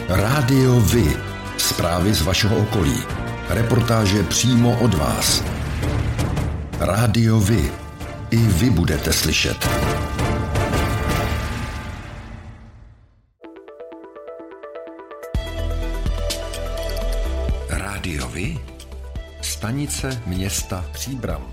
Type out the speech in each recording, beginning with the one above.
Rádio Vy. Zprávy z vašeho okolí. Reportáže přímo od vás. Rádio Vy. I vy budete slyšet. Rádio Vy. Stanice města Příbram.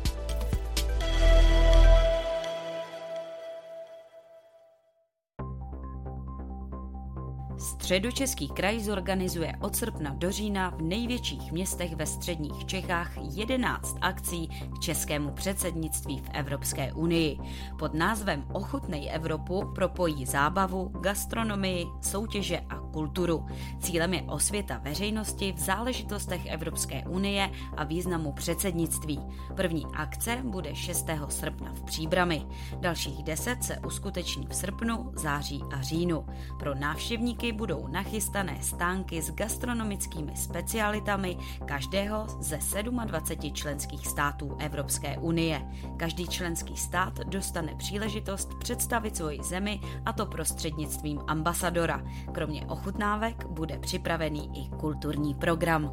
Středočeský kraj zorganizuje od srpna do října v největších městech ve středních Čechách 11 akcí k českému předsednictví v Evropské unii. Pod názvem Ochutnej Evropu propojí zábavu, gastronomii, soutěže a kulturu. Cílem je osvěta veřejnosti v záležitostech Evropské unie a významu předsednictví. První akce bude 6. srpna v Příbrami. Dalších 10 se uskuteční v srpnu, září a říjnu. Pro návštěvníky budou nachystané stánky s gastronomickými specialitami každého ze 27 členských států Evropské unie. Každý členský stát dostane příležitost představit svoji zemi, a to prostřednictvím ambasadora. Kromě ochutnávek bude připravený i kulturní program.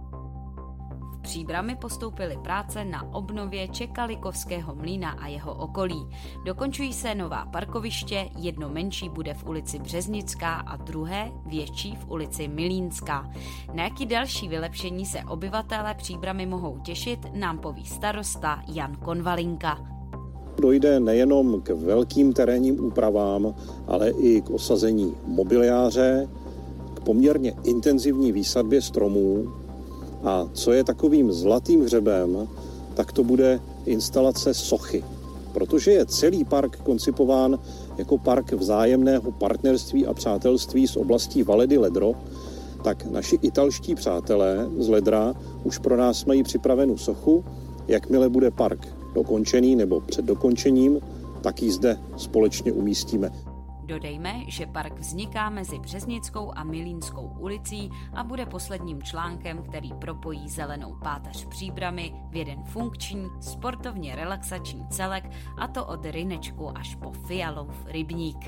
V Příbrami postoupily práce na obnově Čekalikovského mlýna a jeho okolí. Dokončují se nová parkoviště, jedno menší bude v ulici Březnická a druhé, větší, v ulici Milínská. Na jaký další vylepšení se obyvatelé Příbrami mohou těšit, nám poví starosta Jan Konvalinka. Dojde nejenom k velkým terénním úpravám, ale i k osazení mobiliáře, k poměrně intenzivní výsadbě stromů. A co je takovým zlatým hřebem, tak to bude instalace sochy. Protože je celý park koncipován jako park vzájemného partnerství a přátelství s oblastí Valle di Ledro, tak naši italští přátelé z Ledra už pro nás mají připravenou sochu. Jakmile bude park dokončený nebo před dokončením, tak ji zde společně umístíme. Dodejme, že park vzniká mezi Březnickou a Milínskou ulicí a bude posledním článkem, který propojí zelenou páteř Příbrami v jeden funkční, sportovně relaxační celek, a to od Rynečku až po Fialův rybník.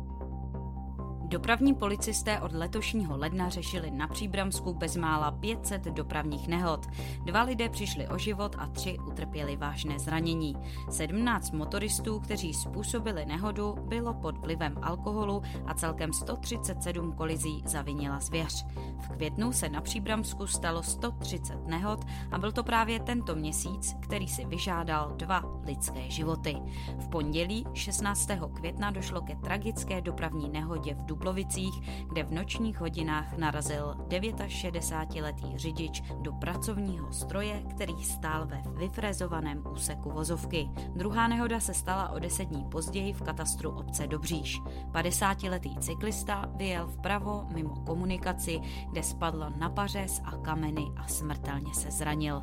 Dopravní policisté od letošního ledna řešili na Příbramsku bezmála 500 dopravních nehod. 2 lidé přišli o život a 3 utrpěli vážné zranění. 17 motoristů, kteří způsobili nehodu, bylo pod vlivem alkoholu a celkem 137 kolizí zavinila zvěř. V květnu se na Příbramsku stalo 130 nehod a byl to právě tento měsíc, který si vyžádal 2 lidské životy. V pondělí 16. května došlo ke tragické dopravní nehodě v Dublovicích, kde v nočních hodinách narazil 69letý řidič do pracovního stroje, který stál ve vyfrezovaném úseku vozovky. Druhá nehoda se stala o 10 dní později v katastru obce Dobříš. 50letý cyklista vyjel vpravo mimo komunikaci, kde spadl na pařez a kameny a smrtelně se zranil.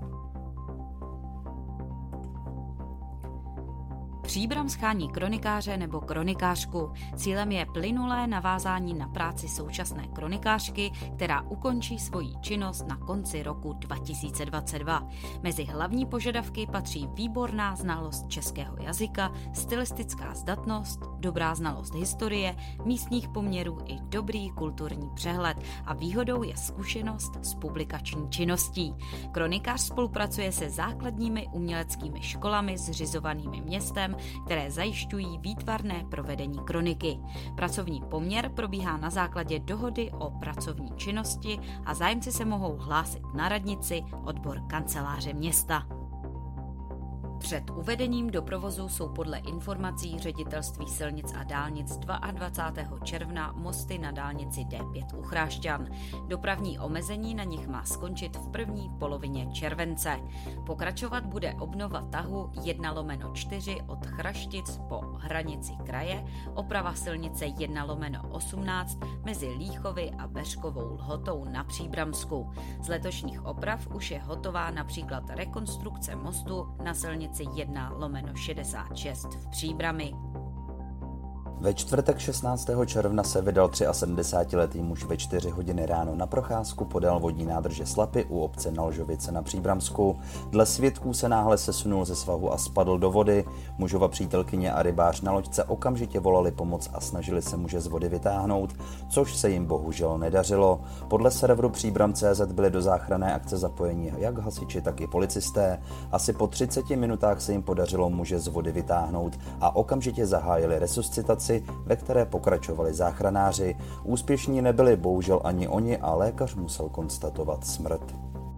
Příbram schání kronikáře nebo kronikářku. Cílem je plynulé navázání na práci současné kronikářky, která ukončí svoji činnost na konci roku 2022. Mezi hlavní požadavky patří výborná znalost českého jazyka, stylistická zdatnost, dobrá znalost historie, místních poměrů i dobrý kulturní přehled, a výhodou je zkušenost s publikační činností. Kronikář spolupracuje se základními uměleckými školami zřizovanými městem, které zajišťují výtvarné provedení kroniky. Pracovní poměr probíhá na základě dohody o pracovní činnosti a zájemci se mohou hlásit na radnici, odbor kanceláře města. Před uvedením do provozu jsou podle informací Ředitelství silnic a dálnic 22. června mosty na dálnici D5 u Chrášťan. Dopravní omezení na nich má skončit v první polovině července. Pokračovat bude obnova tahu 1/4 od Chraštic po hranici kraje, oprava silnice 1/18 mezi Líchovy a Beřkovou Lhotou na Příbramsku. Z letošních oprav už je hotová například rekonstrukce mostu na silnici 1/66 v Příbrami. Ve čtvrtek 16. června se vydal 73letý muž ve 4 hodiny ráno na procházku podél vodní nádrže Slapy u obce Nalžovice na Příbramsku. Dle svědků se náhle sesunul ze svahu a spadl do vody. Mužova přítelkyně a rybář na loďce okamžitě volali pomoc a snažili se muže z vody vytáhnout, což se jim bohužel nedařilo. Podle serveru Příbram.cz byli do záchranné akce zapojeni jak hasiči, tak i policisté. Asi po 30 minutách se jim podařilo muže z vody vytáhnout a okamžitě zahájili resuscitaci, ve které pokračovali záchranáři. Úspěšní nebyli bohužel ani oni a lékař musel konstatovat smrt.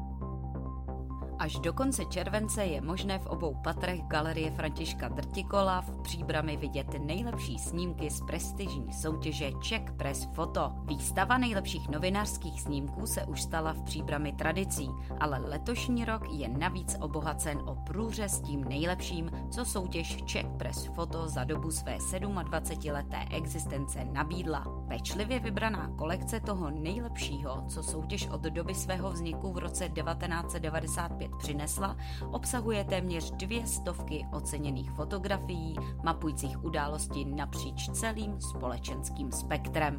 Až do konce července je možné v obou patrech Galerie Františka Drtikola v Příbrami vidět nejlepší snímky z prestižní soutěže Czech Press Photo. Výstava nejlepších novinářských snímků se už stala v Příbrami tradicí, ale letošní rok je navíc obohacen o průřez tím nejlepším, co soutěž Czech Press Photo za dobu své 27leté existence nabídla. Pečlivě vybraná kolekce toho nejlepšího, co soutěž od doby svého vzniku v roce 1995 přinesla, obsahuje téměř 200 oceněných fotografií, mapujících události napříč celým společenským spektrem.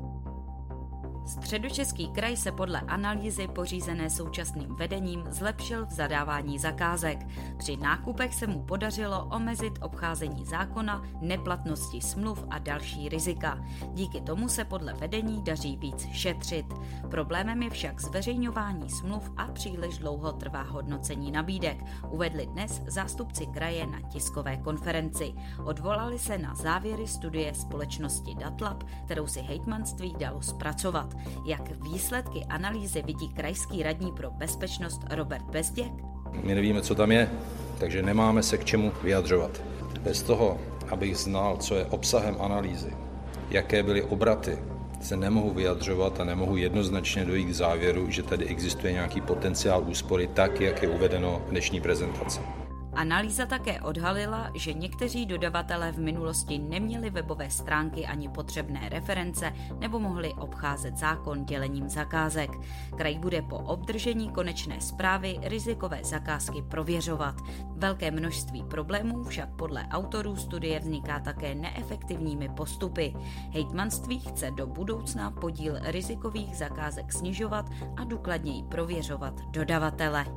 Středočeský kraj se podle analýzy pořízené současným vedením zlepšil v zadávání zakázek. Při nákupech se mu podařilo omezit obcházení zákona, neplatnosti smluv a další rizika. Díky tomu se podle vedení daří víc šetřit. Problémem je však zveřejňování smluv a příliš dlouho trvá hodnocení nabídek, uvedli dnes zástupci kraje na tiskové konferenci. Odvolali se na závěry studie společnosti Datlab, kterou si hejtmanství dalo zpracovat. Jak výsledky analýzy vidí krajský radní pro bezpečnost Robert Bezděk? My nevíme, co tam je, takže nemáme se k čemu vyjadřovat. Bez toho, abych znal, co je obsahem analýzy, jaké byly obraty, se nemohu vyjadřovat a nemohu jednoznačně dojít k závěru, že tady existuje nějaký potenciál úspory tak, jak je uvedeno v dnešní prezentaci. Analýza také odhalila, že někteří dodavatelé v minulosti neměli webové stránky ani potřebné reference nebo mohli obcházet zákon dělením zakázek. Kraj bude po obdržení konečné zprávy rizikové zakázky prověřovat. Velké množství problémů však podle autorů studie vzniká také neefektivními postupy. Hejtmanství chce do budoucna podíl rizikových zakázek snižovat a důkladněji prověřovat dodavatele.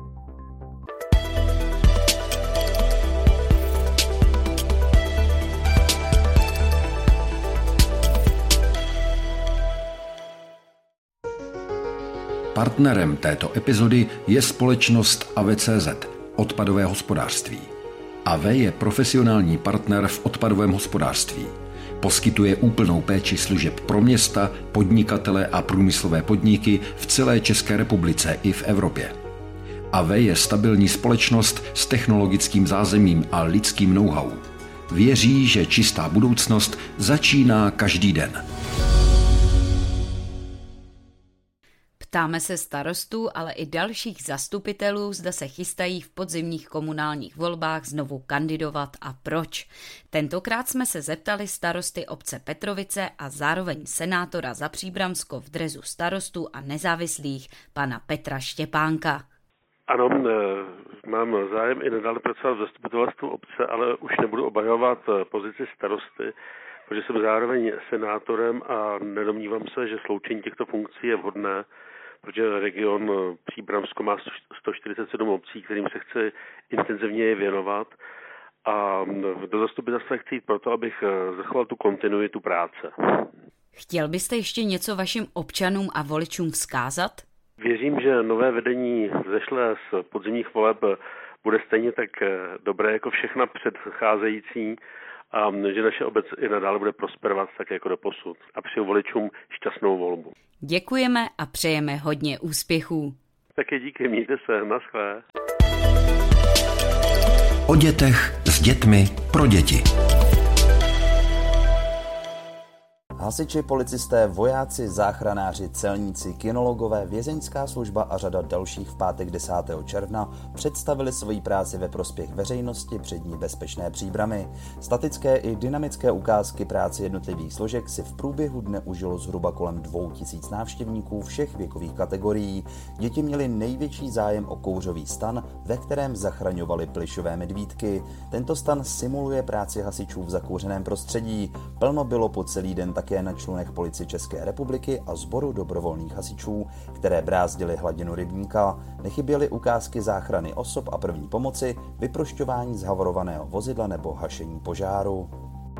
Partnerem této epizody je společnost AVE.cz, odpadové hospodářství. AVE je profesionální partner v odpadovém hospodářství. Poskytuje úplnou péči služeb pro města, podnikatele a průmyslové podniky v celé České republice i v Evropě. AVE je stabilní společnost s technologickým zázemím a lidským know-how. Věří, že čistá budoucnost začíná každý den. Ptáme se starostů, ale i dalších zastupitelů, zda se chystají v podzimních komunálních volbách znovu kandidovat a proč. Tentokrát jsme se zeptali starosty obce Petrovice a zároveň senátora za Příbramsko v dresu starostů a nezávislých, pana Petra Štěpánka. Ano, mám zájem i nadále pracovat v zastupitelstvu obce, ale už nebudu obhajovat pozici starosty, protože jsem zároveň senátorem a nedomnívám se, že sloučení těchto funkcí je vhodné, protože region Příbramsko má 147 obcí, kterým se chci intenzivně věnovat a do zastupitelstva chci jít proto, abych zachoval tu kontinuitu práce. Chtěl byste ještě něco vašim občanům a voličům vzkázat? Věřím, že nové vedení vzešlé z podzimních voleb bude stejně tak dobré jako všechna předcházející a že naše obec i nadále bude prosperovat tak jako doposud. A přeju voličům šťastnou volbu. Děkujeme a přejeme hodně úspěchů. Také díky, mějte se, naschle. O dětech, s dětmi, pro děti. Hasiči, policisté, vojáci, záchranáři, celníci, kinologové, vězeňská služba a řada dalších v pátek 10. června představili svoji práci ve prospěch veřejnosti před Dní bezpečné Příbrami. Statické i dynamické ukázky práce jednotlivých složek si v průběhu dne užilo zhruba kolem 2000 návštěvníků všech věkových kategorií. Děti měly největší zájem o kouřový stan, ve kterém zachraňovali plyšové medvídky. Tento stan simuluje práci hasičů v zakouřeném prostředí. Plno bylo po celý den také na člunech Policie České republiky a sboru dobrovolných hasičů, které brázdily hladinu rybníka. Nechyběly ukázky záchrany osob a první pomoci, vyprošťování zhavarovaného vozidla nebo hašení požáru.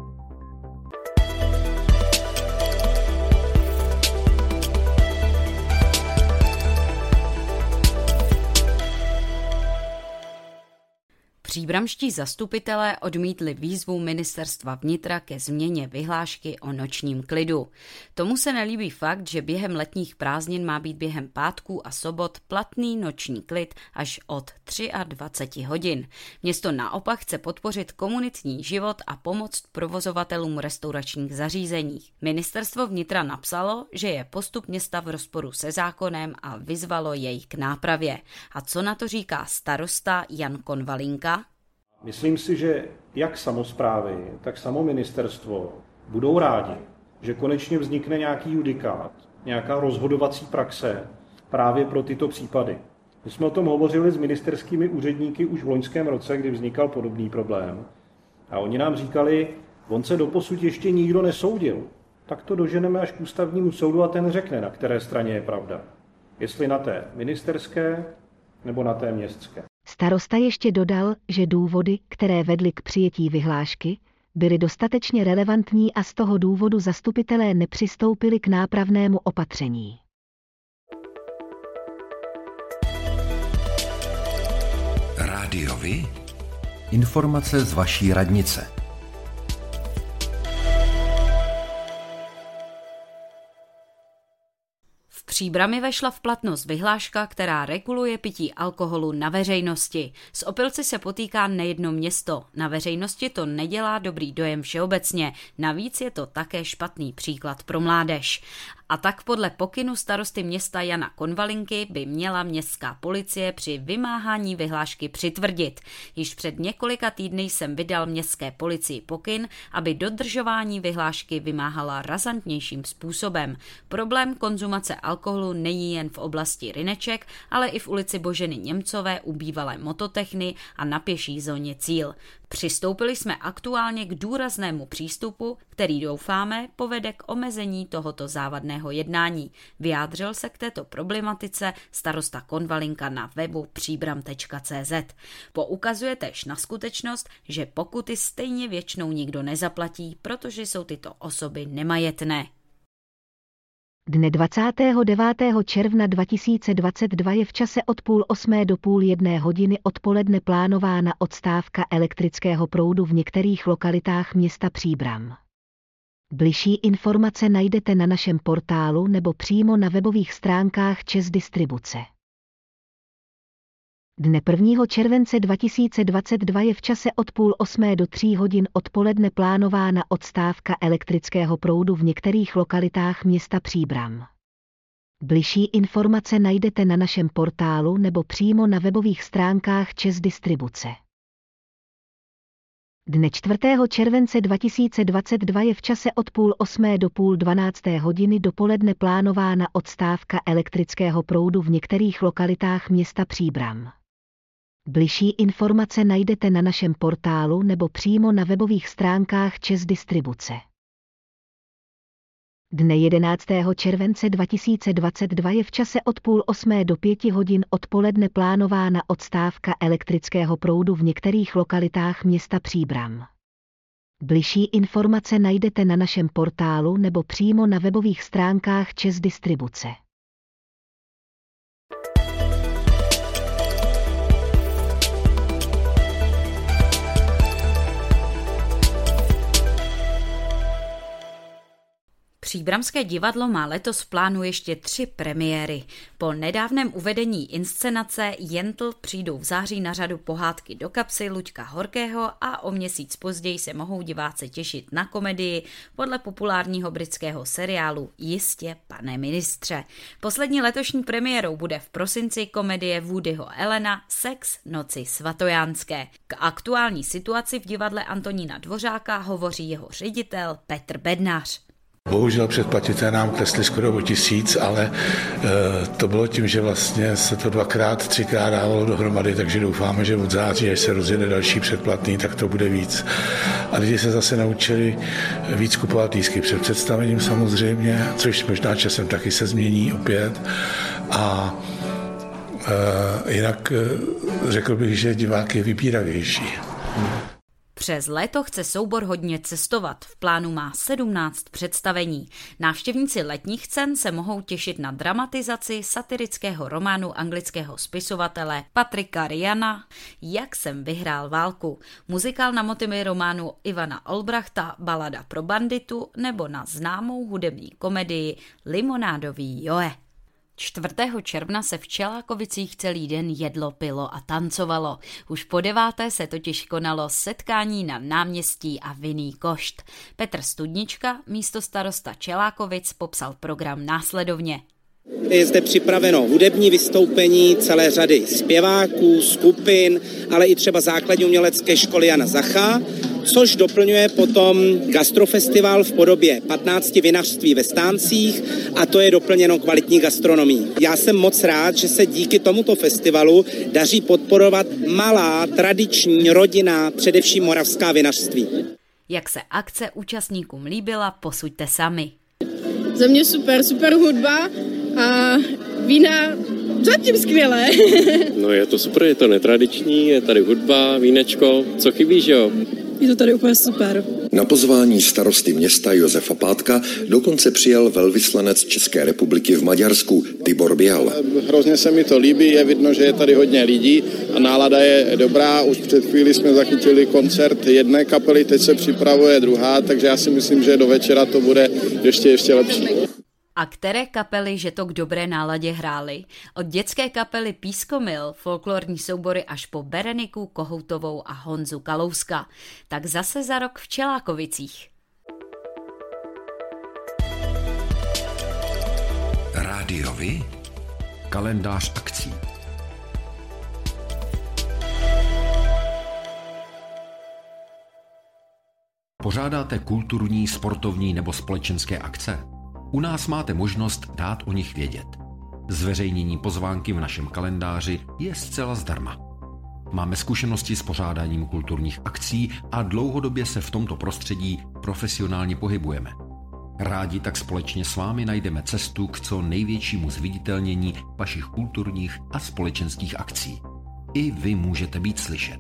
Příbramští zastupitelé odmítli výzvu ministerstva vnitra ke změně vyhlášky o nočním klidu. Tomu se nelíbí fakt, že během letních prázdnin má být během pátků a sobot platný noční klid až od 23 hodin. Město naopak chce podpořit komunitní život a pomoct provozovatelům restauračních zařízení. Ministerstvo vnitra napsalo, že je postup města v rozporu se zákonem a vyzvalo jej k nápravě. A co na to říká starosta Jan Konvalinka? Myslím si, že jak samosprávy, tak samo ministerstvo budou rádi, že konečně vznikne nějaký judikát, nějaká rozhodovací praxe právě pro tyto případy. My jsme o tom hovořili s ministerskými úředníky už v loňském roce, kdy vznikal podobný problém. A oni nám říkali, on se doposud ještě nikdo nesoudil. Tak to doženeme až k ústavnímu soudu a ten řekne, na které straně je pravda. Jestli na té ministerské nebo na té městské. Starosta ještě dodal, že důvody, které vedly k přijetí vyhlášky, byly dostatečně relevantní a z toho důvodu zastupitelé nepřistoupili k nápravnému opatření. Rádiovi? Informace z vaší radnice. V Příbrami vešla v platnost vyhláška, která reguluje pití alkoholu na veřejnosti. S opilci se potýká nejedno město. Na veřejnosti to nedělá dobrý dojem všeobecně. Navíc je to také špatný příklad pro mládež. A tak podle pokynu starosty města Jana Konvalinky by měla městská policie při vymáhání vyhlášky přitvrdit. Již před několika týdny jsem vydal městské policii pokyn, aby dodržování vyhlášky vymáhala razantnějším způsobem. Problém konzumace alkoholu není jen v oblasti Ryneček, ale i v ulici Boženy Němcové u bývalé Mototechny a na pěší zóně Cíl. Přistoupili jsme aktuálně k důraznému přístupu, který doufáme povede k omezení tohoto závadného jednání. Vyjádřil se k této problematice starosta Konvalinka na webu příbram.cz. Poukazuje též na skutečnost, že pokuty stejně většinou nikdo nezaplatí, protože jsou tyto osoby nemajetné. Dne 29. června 2022 je v čase od 7:30 do 12:30 odpoledne plánována odstávka elektrického proudu v některých lokalitách města Příbram. Bližší informace najdete na našem portálu nebo přímo na webových stránkách ČEZ Distribuce. Dne 1. července 2022 je v čase od 7:30 do 3 hodin odpoledne plánována odstávka elektrického proudu v některých lokalitách města Příbram. Bližší informace najdete na našem portálu nebo přímo na webových stránkách ČEZ Distribuce. Dne 4. července 2022 je v čase od 7:30 do 11:30 hodiny dopoledne plánována odstávka elektrického proudu v některých lokalitách města Příbram. Bližší informace najdete na našem portálu nebo přímo na webových stránkách ČEZ Distribuce. Dne 11. července 2022 je v čase od 7:30 do 5 hodin odpoledne plánována odstávka elektrického proudu v některých lokalitách města Příbram. Bližší informace najdete na našem portálu nebo přímo na webových stránkách ČEZ Distribuce. Příbramské divadlo má letos v plánu ještě 3 premiéry. Po nedávném uvedení inscenace Jentl přijdou v září na řadu Pohádky do kapsy Luďka Horkého a o měsíc později se mohou diváci těšit na komedii podle populárního britského seriálu Jistě, pane ministře. Poslední letošní premiérou bude v prosinci komedie Woodyho Allena Sex noci svatojánské. K aktuální situaci v divadle Antonína Dvořáka hovoří jeho ředitel Petr Bednář. Bohužel předplatitelé nám klesly skoro o 1000, ale to bylo tím, že vlastně se to 2x, 3x dávalo dohromady, takže doufáme, že od září, až se rozjede další předplatný, tak to bude víc. A lidi se zase naučili víc kupovat lístky před představením samozřejmě, což možná časem taky se změní opět. A jinak řekl bych, že divák je vybíravější. Přes léto chce soubor hodně cestovat. V plánu má 17 představení. Návštěvníci letních cen se mohou těšit na dramatizaci satirického románu anglického spisovatele Patricka Ryana Jak jsem vyhrál válku, muzikál na motivy románu Ivana Olbrachta Balada pro banditu nebo na známou hudební komedii Limonádový Joe. 4. června se v Čelákovicích celý den jedlo, pilo a tancovalo. Už po 9. se totiž konalo setkání na náměstí a vinný košt. Petr Studnička, místostarosta Čelákovic, popsal program následovně. Je zde připraveno hudební vystoupení celé řady zpěváků, skupin, ale i třeba základní umělecké školy Jana Zacha, což doplňuje potom gastrofestival v podobě 15 vinařství ve Stáncích a to je doplněno kvalitní gastronomií. Já jsem moc rád, že se díky tomuto festivalu daří podporovat malá, tradiční, rodinná, především moravská vinařství. Jak se akce účastníkům líbila, posuďte sami. Za mě super hudba a vína zatím skvělé. No je to super, je to netradiční, je tady hudba, vínečko, co chybí, že jo? Je to tady úplně super. Na pozvání starosty města Josefa Pátka dokonce přijel velvyslanec České republiky v Maďarsku Tibor Běhal. Hrozně se mi to líbí, je vidno, že je tady hodně lidí a nálada je dobrá. Už před chvíli jsme zachytili koncert jedné kapely, teď se připravuje druhá, takže já si myslím, že do večera to bude ještě lepší. A které kapely, že to k dobré náladě hrály? Od dětské kapely Pískomil, folklorní soubory až po Bereniku Kohoutovou a Honzu Kalouska. Tak zase za rok v Čelákovicích. Rádiovi? Kalendář akcí. Pořádáte kulturní, sportovní nebo společenské akce? U nás máte možnost dát o nich vědět. Zveřejnění pozvánky v našem kalendáři je zcela zdarma. Máme zkušenosti s pořádáním kulturních akcí a dlouhodobě se v tomto prostředí profesionálně pohybujeme. Rádi tak společně s vámi najdeme cestu k co největšímu zviditelnění vašich kulturních a společenských akcí. I vy můžete být slyšet.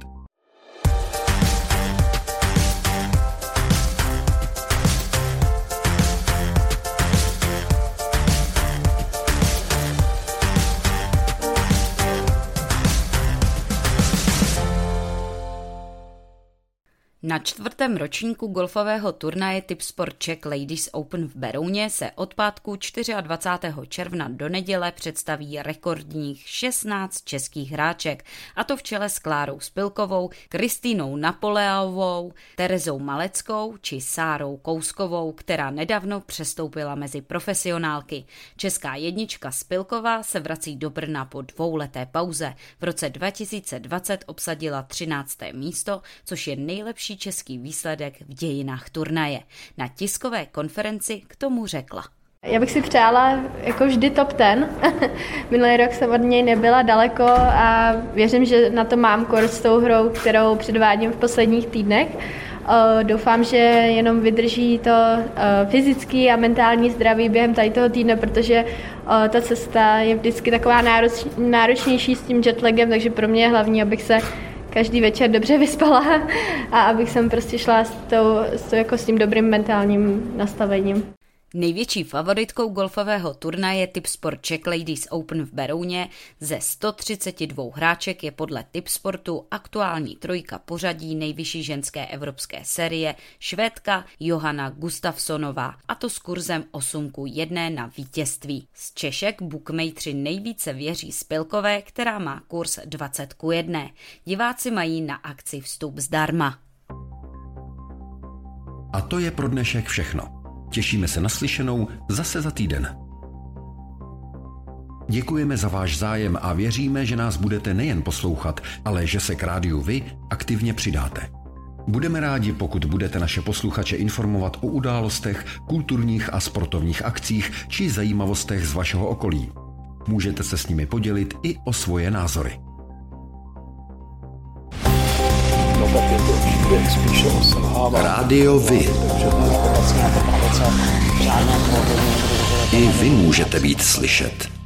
Na 4. ročníku golfového turnaje Tipsport Czech Ladies Open v Berouně se od pátku 24. června do neděle představí rekordních 16 českých hráček, a to v čele s Klárou Spilkovou, Kristýnou Napoleovou, Terezou Maleckou či Sárou Kouskovou, která nedávno přestoupila mezi profesionálky. Česká jednička Spilková se vrací do Brna po 2leté pauze. V roce 2020 obsadila 13. místo, což je nejlepší český výsledek v dějinách turnaje. Na tiskové konferenci k tomu řekla. Já bych si přála jako vždy top 10. Minulý rok jsem od něj nebyla daleko a věřím, že na to mám kurz s tou hrou, kterou předvádím v posledních týdnech. Doufám, že jenom vydrží to fyzický a mentální zdraví během tady toho týdne, protože ta cesta je vždycky taková náročnější s tím jetlagem, takže pro mě je hlavní, abych se každý večer dobře vyspala a abych jsem prostě šla s tím dobrým mentálním nastavením. Největší favoritkou golfového turnaje Tipsport Czech Ladies Open v Berouně ze 132 hráček je podle Tipsportu aktuální trojka pořadí nejvyšší ženské evropské série Švédka Johanna Gustafssonová, a to s kurzem 8:1 na vítězství. Z Češek bookmakeri nejvíce věří Spilkové, která má kurz 20:1. Diváci mají na akci vstup zdarma. A to je pro dnešek všechno. Těšíme se na slyšenou zase za týden. Děkujeme za váš zájem a věříme, že nás budete nejen poslouchat, ale že se k rádiu vy aktivně přidáte. Budeme rádi, pokud budete naše posluchače informovat o událostech, kulturních a sportovních akcích či zajímavostech z vašeho okolí. Můžete se s nimi podělit i o svoje názory. Rádio Vy. I vy můžete být slyšet.